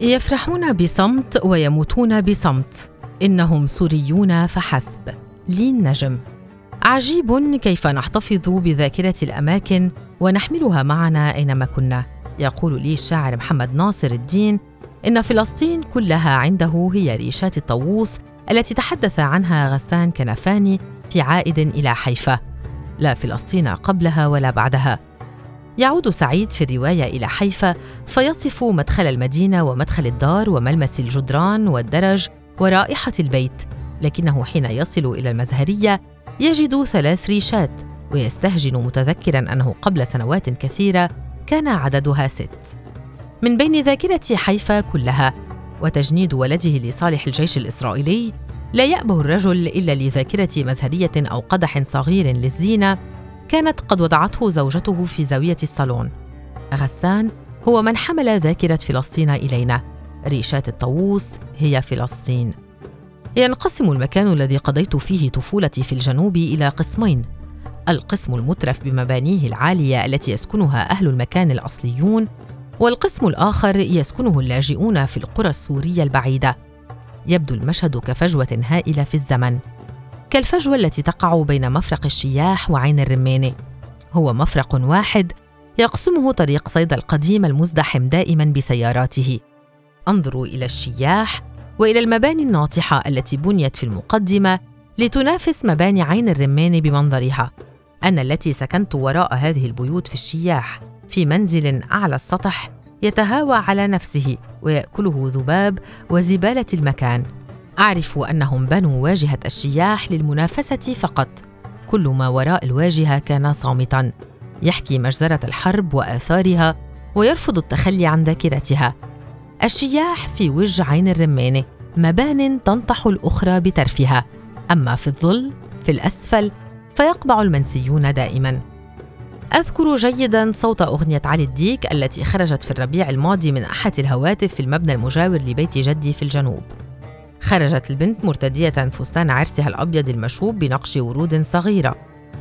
يفرحون بصمت ويموتون بصمت، إنهم سوريون فحسب. لين نجم. عجيب كيف نحتفظ بذاكرة الأماكن ونحملها معنا أينما كنا. يقول لي الشاعر محمد ناصر الدين إن فلسطين كلها عنده هي ريشات الطاووس التي تحدث عنها غسان كنفاني في عائد إلى حيفا، لا فلسطين قبلها ولا بعدها. يعود سعيد في الرواية إلى حيفا فيصف مدخل المدينة ومدخل الدار وملمس الجدران والدرج ورائحة البيت، لكنه حين يصل إلى المزهرية يجد 3 ريشات ويستهجن متذكراً أنه قبل سنوات كثيرة كان عددها 6. من بين ذاكرة حيفا كلها وتجنيد ولده لصالح الجيش الإسرائيلي، لا يأبه الرجل إلا لذاكرة مزهرية أو قدح صغير للزينة كانت قد وضعته زوجته في زاوية الصالون. غسان هو من حمل ذاكرة فلسطين إلينا. ريشات الطاووس هي فلسطين. ينقسم المكان الذي قضيت فيه طفولتي في الجنوب إلى قسمين: القسم المترف بمبانيه العالية التي يسكنها أهل المكان الأصليون، والقسم الآخر يسكنه اللاجئون في القرى السورية البعيدة. يبدو المشهد كفجوة هائلة في الزمن، كالفجوة التي تقع بين مفرق الشياح وعين الرمانة. هو مفرق واحد يقسمه طريق صيدا القديم المزدحم دائماً بسياراته. أنظر إلى الشياح وإلى المباني الناطحة التي بنيت في المقدمة لتنافس مباني عين الرمان بمنظرها. أنا التي سكنت وراء هذه البيوت في الشياح، في منزل أعلى السطح يتهاوى على نفسه ويأكله ذباب وزبالة المكان. أعرف أنهم بنوا واجهة الشياح للمنافسة فقط. كل ما وراء الواجهة كان صامتاً، يحكي مجزرة الحرب وآثارها ويرفض التخلي عن ذاكرتها. الشياح في وجه عين الرمانة مبان تنطح الأخرى بترفها، أما في الظل في الأسفل فيقبع المنسيون دائماً. أذكر جيداً صوت أغنية علي الديك التي خرجت في الربيع الماضي من أحد الهواتف في المبنى المجاور لبيت جدي في الجنوب. خرجت البنت مرتدية فستان عرسها الأبيض المشوب بنقش ورود صغيرة.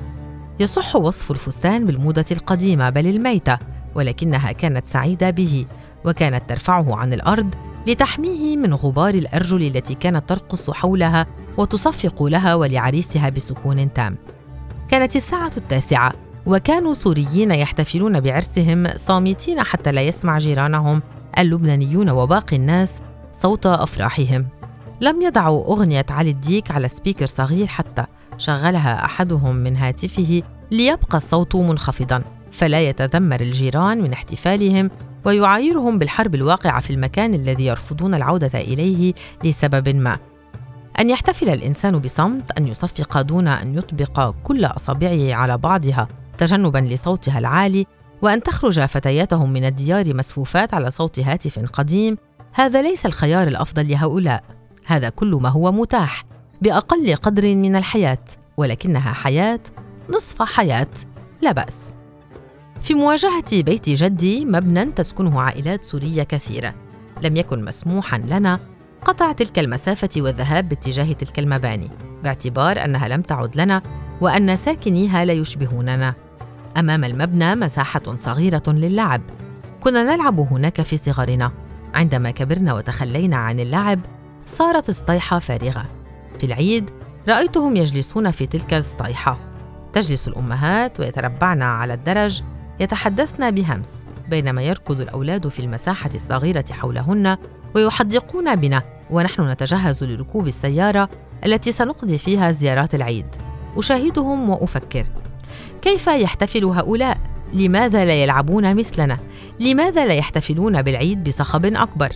يصح وصف الفستان بالموضة القديمة بل الميتة، ولكنها كانت سعيدة به، وكانت ترفعه عن الأرض لتحميه من غبار الأرجل التي كانت ترقص حولها وتصفق لها ولعريسها بسكون تام. كانت الساعة 9 وكانوا سوريين يحتفلون بعرسهم صامتين حتى لا يسمع جيرانهم اللبنانيون وباقي الناس صوت أفراحهم. لم يضعوا أغنية علي الديك على سبيكر صغير، حتى شغلها أحدهم من هاتفه ليبقى الصوت منخفضاً فلا يتذمر الجيران من احتفالهم ويعايرهم بالحرب الواقعة في المكان الذي يرفضون العودة إليه لسبب ما. أن يحتفل الإنسان بصمت، أن يصفق دون أن يطبق كل أصابعه على بعضها تجنباً لصوتها العالي، وأن تخرج فتياتهم من الديار مسفوفات على صوت هاتف قديم، هذا ليس الخيار الأفضل لهؤلاء. هذا كل ما هو متاح بأقل قدر من الحياة، ولكنها حياة نصف حياة، لا بأس. في مواجهة بيت جدي، مبنى تسكنه عائلات سورية كثيرة، لم يكن مسموحاً لنا قطع تلك المسافة والذهاب باتجاه تلك المباني، باعتبار أنها لم تعد لنا وأن ساكنيها لا يشبهوننا. أمام المبنى مساحة صغيرة للعب، كنا نلعب هناك في صغرنا. عندما كبرنا وتخلينا عن اللعب صارت السطيحة فارغة. في العيد رأيتهم يجلسون في تلك السطيحة، تجلس الأمهات ويتربعن على الدرج يتحدثن بهمس، بينما يركض الأولاد في المساحة الصغيرة حولهن ويحدقون بنا، ونحن نتجهز لركوب السيارة التي سنقضي فيها زيارات العيد. أشاهدهم وأفكر: كيف يحتفل هؤلاء؟ لماذا لا يلعبون مثلنا؟ لماذا لا يحتفلون بالعيد بصخب أكبر؟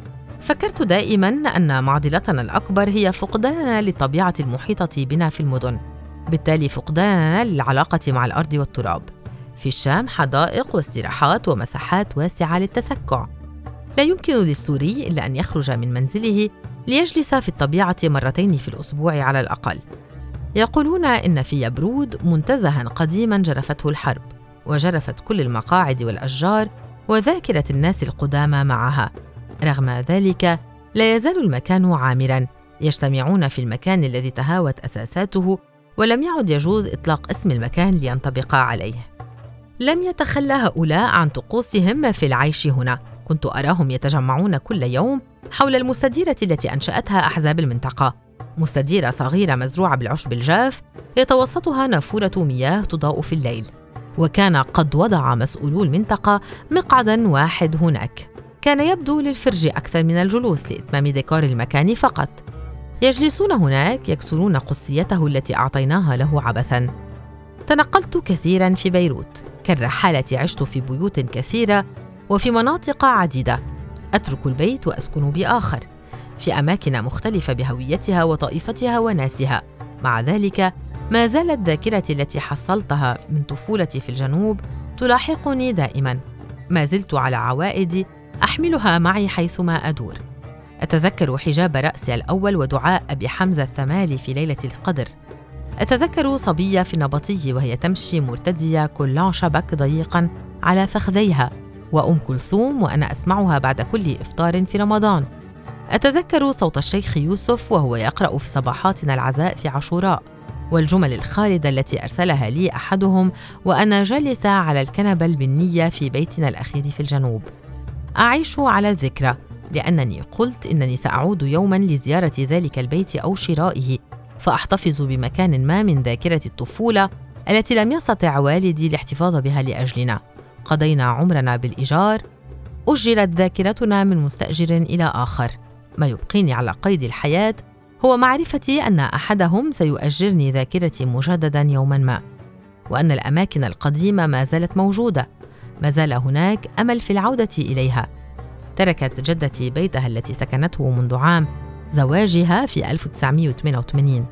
فكرت دائماً أن معضلتنا الأكبر هي فقداننا للطبيعة المحيطة بنا في المدن، بالتالي فقداننا للعلاقة مع الأرض والتراب. في الشام حدائق واستراحات ومساحات واسعة للتسكع. لا يمكن للسوري إلا أن يخرج من منزله ليجلس في الطبيعة 2 مرات في الأسبوع على الأقل. يقولون إن في يبرود منتزها قديما جرفته الحرب، وجرفت كل المقاعد والأشجار وذاكرة الناس القدامى معها. رغم ذلك لا يزال المكان عامرا، يجتمعون في المكان الذي تهاوت أساساته، ولم يعد يجوز إطلاق اسم المكان لينطبق عليه. لم يتخلى هؤلاء عن طقوسهم في العيش هنا، كنت أراهم يتجمعون كل يوم حول المستديرة التي أنشأتها أحزاب المنطقة، مستديرة صغيرة مزروعة بالعشب الجاف يتوسطها نافورة مياه تضاء في الليل. وكان قد وضع مسؤولو المنطقة مقعداً واحد هناك، كان يبدو للفرج أكثر من الجلوس لإتمام ديكور المكان فقط. يجلسون هناك يكسرون قدسيته التي أعطيناها له عبثاً. تنقلت كثيراً في بيروت، كالرحالة عشت في بيوت كثيرة وفي مناطق عديدة، أترك البيت وأسكن بآخر في أماكن مختلفة بهويتها وطائفتها وناسها. مع ذلك ما زالت ذاكرتي التي حصلتها من طفولتي في الجنوب تلاحقني دائماً. ما زلت على عوائدي أحملها معي حيثما أدور. أتذكر حجاب رأسي الأول ودعاء أبي حمزة الثمالي في ليلة القدر. أتذكر صبية في النبطي وهي تمشي مرتدية كل شبك ضيقاً على فخذيها، وأم كلثوم وأنا أسمعها بعد كل إفطار في رمضان. أتذكر صوت الشيخ يوسف وهو يقرأ في صباحاتنا العزاء في عاشوراء، والجمل الخالدة التي أرسلها لي أحدهم وأنا جالسة على الكنبة البنية في بيتنا الأخير في الجنوب. أعيش على الذكرى، لأنني قلت إنني سأعود يوماً لزيارة ذلك البيت أو شرائه، فأحتفظ بمكان ما من ذاكرة الطفولة التي لم يستطع والدي الاحتفاظ بها لأجلنا. قضينا عمرنا بالإيجار، أجرت ذاكرتنا من مستأجر إلى آخر. ما يبقيني على قيد الحياة هو معرفتي أن أحدهم سيؤجرني ذاكرتي مجدداً يوماً ما، وأن الأماكن القديمة ما زالت موجودة، ما زال هناك أمل في العودة إليها. تركت جدتي بيتها التي سكنته منذ عام زواجها في 1988،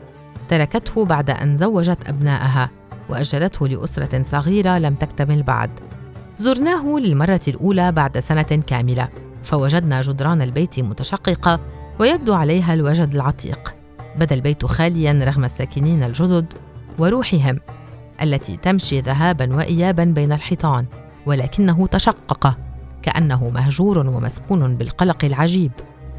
تركته بعد أن زوجت أبنائها وأجرته لأسرة صغيرة لم تكتمل بعد. زرناه للمرة الأولى بعد سنة كاملة، فوجدنا جدران البيت متشققة ويبدو عليها الوجد العتيق. بدا البيت خالياً رغم الساكنين الجدد وروحهم التي تمشي ذهاباً وإياباً بين الحيطان، ولكنه تشقق كأنه مهجور ومسكون بالقلق العجيب.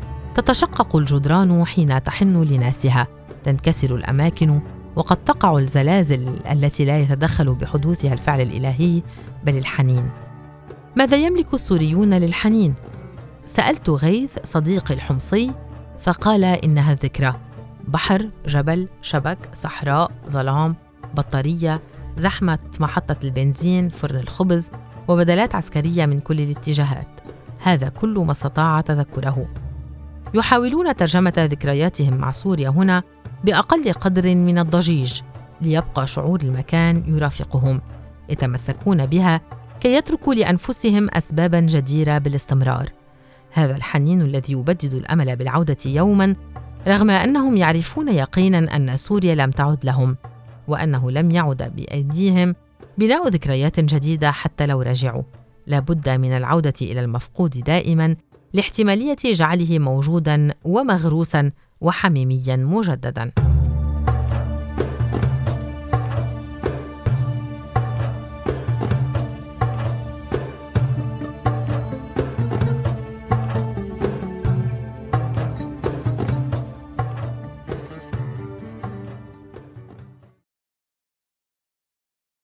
تتشقق الجدران حين تحن لناسها، تنكسر الأماكن، وقد تقع الزلازل التي لا يتدخل بحدوثها الفعل الإلهي بل الحنين. ماذا يملك السوريون للحنين؟ سألت غيث صديقي الحمصي فقال إنها الذكرى: بحر، جبل، شبك، صحراء، ظلام، بطارية، زحمة محطة البنزين، فرن الخبز، وبدلات عسكرية من كل الاتجاهات. هذا كل ما استطاع تذكره. يحاولون ترجمة ذكرياتهم مع سوريا هنا بأقل قدر من الضجيج ليبقى شعور المكان يرافقهم، يتمسكون بها كي يتركوا لأنفسهم أسباباً جديرة بالاستمرار. هذا الحنين الذي يبدد الأمل بالعودة يوماً، رغم أنهم يعرفون يقيناً أن سوريا لم تعد لهم، وأنه لم يعد بأيديهم بناء ذكريات جديدة حتى لو رجعوا. لا بد من العودة إلى المفقود دائماً لاحتمالية جعله موجوداً ومغروساً وحميمياً مجدداً.